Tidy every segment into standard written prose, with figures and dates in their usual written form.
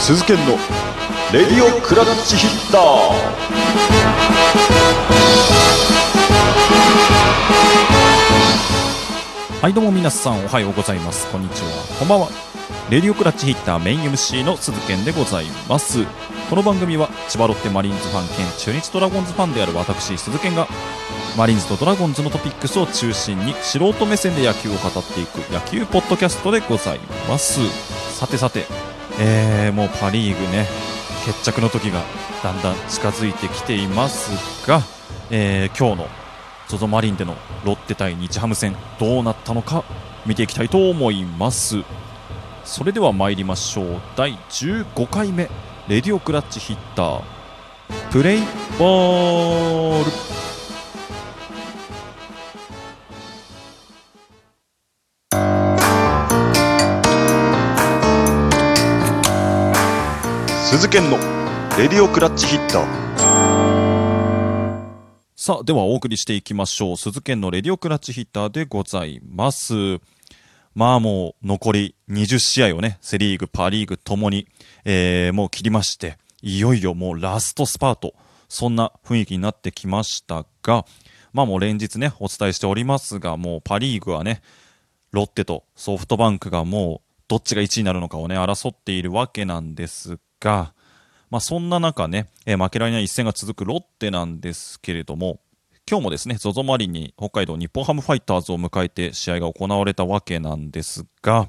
鈴研のレディオクラッチヒッター。 はい、どうも皆さんおはようございます。こんにちは、こんばんは。レディオクラッチヒッターメイン MC の鈴研でございます。この番組は千葉ロッテマリーンズファン兼中日ドラゴンズファンである私鈴研がマリーンズとドラゴンズのトピックスを中心に素人目線で野球を語っていく野球ポッドキャストでございます。さてさて、もうパリーグね、決着の時がだんだん近づいてきていますが、今日の ZOZO マリンでのロッテ対日ハム戦どうなったのか見ていきたいと思います。それでは参りましょう。第15回目レディオクラッチヒッタープレイボール。 鈴研のレディオクラッチヒッター。 さあ、ではお送りしていきましょう。鈴研のレディオクラッチヒッターでございます。まあもう残り20試合をね、セリーグパリーグともに、もう切りまして、いよいよもうラストスパート、そんな雰囲気になってきましたが、まあもう連日ねお伝えしておりますが、もうパリーグはね、ロッテとソフトバンクがもうどっちが1位になるのかをね争っているわけなんですが、まあそんな中ね、負けられない一戦が続くロッテなんですけれども、今日もですね ZOZO マリンに北海道日本ハムファイターズを迎えて試合が行われたわけなんですが、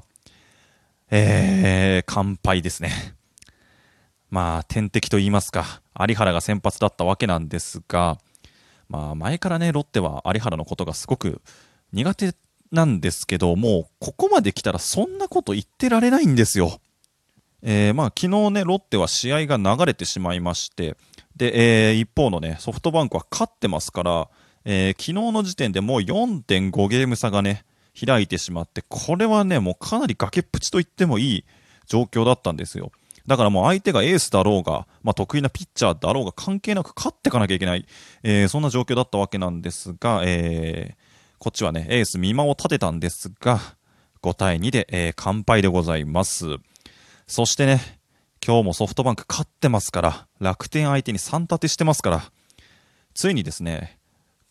完敗ですね。まあ天敵と言いますか、有原が先発だったわけなんですが、まあ前からねロッテは有原のことがすごく苦手なんですけど、もうここまで来たらそんなこと言ってられないんですよ。まあ昨日ねロッテは試合が流れてしまいまして、で、一方のねソフトバンクは勝ってますから、昨日の時点でもう 4.5 ゲーム差がね開いてしまって、これはねもうかなり崖っぷちと言ってもいい状況だったんですよ。だからもう相手がエースだろうが、まあ、得意なピッチャーだろうが関係なく勝っていかなきゃいけない、そんな状況だったわけなんですが、こっちはねエース見間を立てたんですが5対2で、完敗でございます。そしてね今日もソフトバンク勝ってますから、楽天相手に3立てしてますから、ついにですね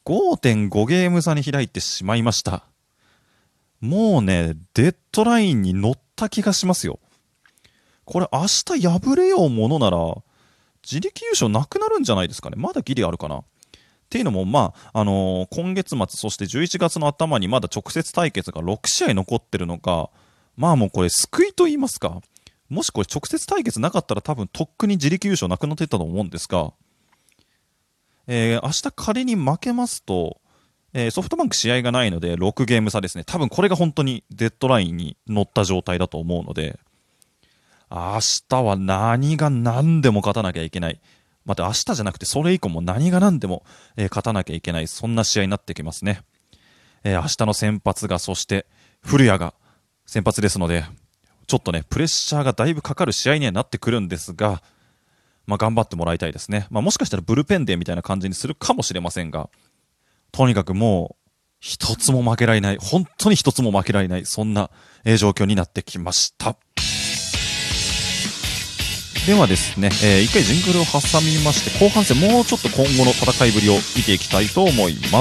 5.5 ゲーム差に開いてしまいました。もうねデッドラインに乗った気がしますよ。これ明日敗れようものなら自力優勝なくなるんじゃないですかね。まだギリあるかなっていうのも、まあ今月末そして11月の頭にまだ直接対決が6試合残ってるのが、まあもうこれ救いと言いますか、もしこれ直接対決なかったら多分とっくに自力優勝なくなってたと思うんですが、明日仮に負けますと、ソフトバンク試合がないので6ゲーム差ですね。多分これが本当にデッドラインに乗った状態だと思うので、明日は何が何でも勝たなきゃいけない。また明日じゃなくてそれ以降も何が何でも、勝たなきゃいけない、そんな試合になってきますね。明日の先発が、そして古谷が先発ですので、ちょっとねプレッシャーがだいぶかかる試合にはなってくるんですが、まあ、頑張ってもらいたいですね。まあ、もしかしたらブルペンデーみたいな感じにするかもしれませんが、とにかくもう一つも負けられない、本当に一つも負けられない、そんな状況になってきました。ではですね、一回ジングルを挟みまして、後半戦もうちょっと今後の戦いぶりを見ていきたいと思います。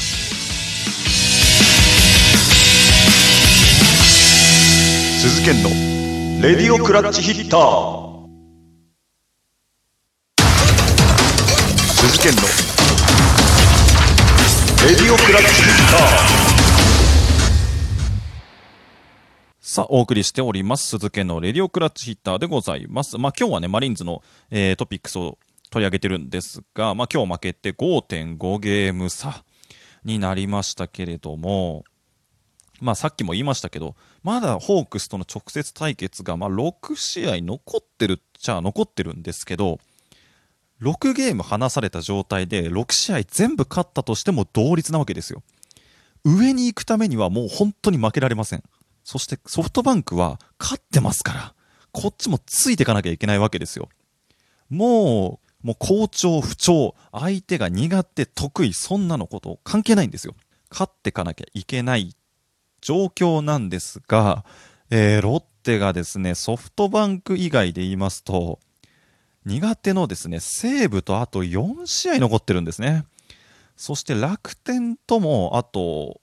鈴研のレディオクラッチヒッター。鈴研のレディオクラッチヒッター。 さあお送りしております鈴研のレディオクラッチヒッターでございます。まあ今日はねマリーンズの、トピックスを取り上げてるんですが、まあ今日負けて 5.5 ゲーム差になりましたけれども、まあさっきも言いましたけど、まだホークスとの直接対決がまあ6試合残ってるっちゃ残ってるんですけど、6ゲーム離された状態で6試合全部勝ったとしても同率なわけですよ。上に行くためにはもう本当に負けられません。そしてソフトバンクは勝ってますから、こっちもついていかなきゃいけないわけですよ。もう好調不調、相手が苦手得意、そんなのこと関係ないんですよ。勝っていかなきゃいけない状況なんですが、ロッテがですね、ソフトバンク以外で言いますと、苦手のですね、西武とあと4試合残ってるんですね。そして楽天ともあと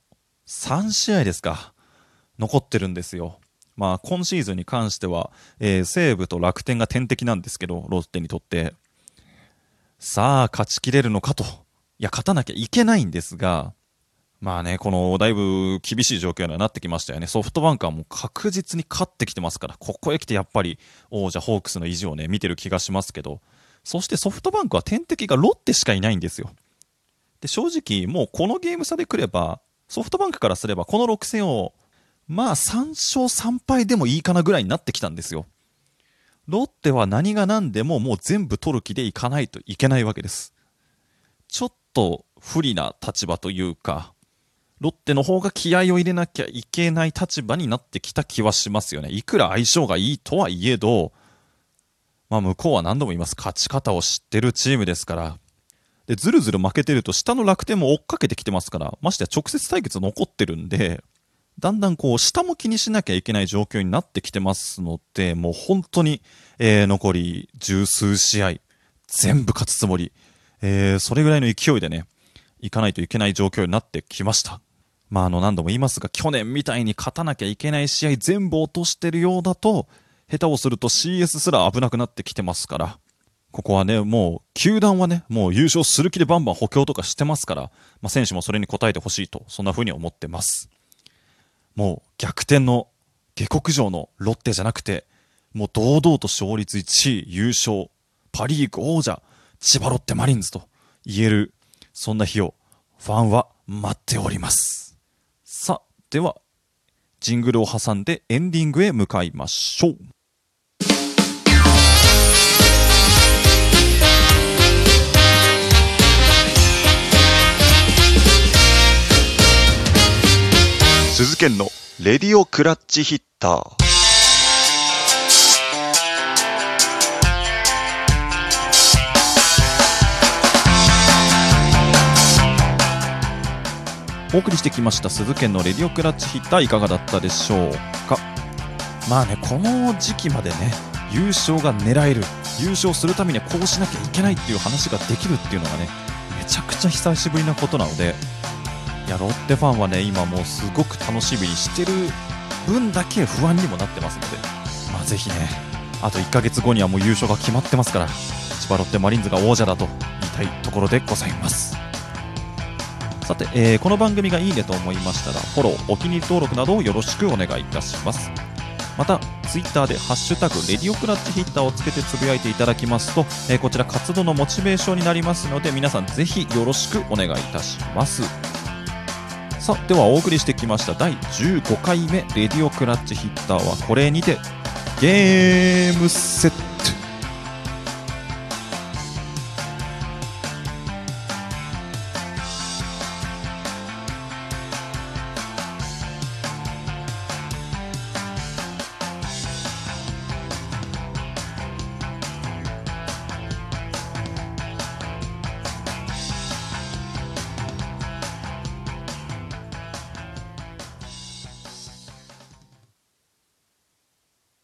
3試合ですか、残ってるんですよ。まあ今シーズンに関しては、西武と楽天が天敵なんですけど、ロッテにとって。さあ、勝ちきれるのかと。いや、勝たなきゃいけないんですが、まあね、このだいぶ厳しい状況にはなってきましたよね。ソフトバンクはもう確実に勝ってきてますから、ここへ来てやっぱり王者ホークスの意地をね、見てる気がしますけど、そしてソフトバンクは天敵がロッテしかいないんですよ。で、正直もうこのゲーム差で来れば、ソフトバンクからすればこの6戦を、まあ3勝3敗でもいいかなぐらいになってきたんですよ。ロッテは何が何でももう全部取る気でいかないといけないわけです。ちょっと不利な立場というか、ロッテの方が気合を入れなきゃいけない立場になってきた気はしますよね。いくら相性がいいとはいえど、まあ向こうは何度も言います。勝ち方を知ってるチームですから。で、ずるずる負けてると下の楽天も追っかけてきてますから、ましてや直接対決残ってるんで、だんだんこう下も気にしなきゃいけない状況になってきてますので、もう本当に、残り十数試合全部勝つつもり、それぐらいの勢いでね、いかないといけない状況になってきました。まあ何度も言いますが、去年みたいに勝たなきゃいけない試合全部落としてるようだと、下手をすると CS すら危なくなってきてますから、ここはね、もう球団はね、もう優勝する気でバンバン補強とかしてますから、まあ、選手もそれに応えてほしいと、そんな風に思ってます。もう逆転の下克上のロッテじゃなくて、もう堂々と勝率1位優勝、パリーグ王者、千葉ロッテマリーンズと言える、そんな日をファンは待っております。さあ、ではジングルを挟んでエンディングへ向かいましょう。 鈴研のレディオクラッチヒッター。 お送りしてきました鈴研のレディオクラッチヒッター、いかがだったでしょうか。まあね、この時期までね、優勝が狙える、優勝するためにはこうしなきゃいけないっていう話ができるっていうのがね、めちゃくちゃ久しぶりなことなので、いやロッテファンはね、今もうすごく楽しみにしてる分だけ不安にもなってますので、まあぜひね、あと1ヶ月後にはもう優勝が決まってますから、千葉ロッテマリーンズが王者だと言いたいところでございます。さて、この番組がいいねと思いましたらフォロー、お気に入り登録などをよろしくお願いいたします。またツイッターでハッシュタグレディオクラッチヒッターをつけてつぶやいていただきますと、こちら活動のモチベーションになりますので、皆さんぜひよろしくお願いいたします。さあ、ではお送りしてきました第15回目レディオクラッチヒッターはこれにてゲームセット。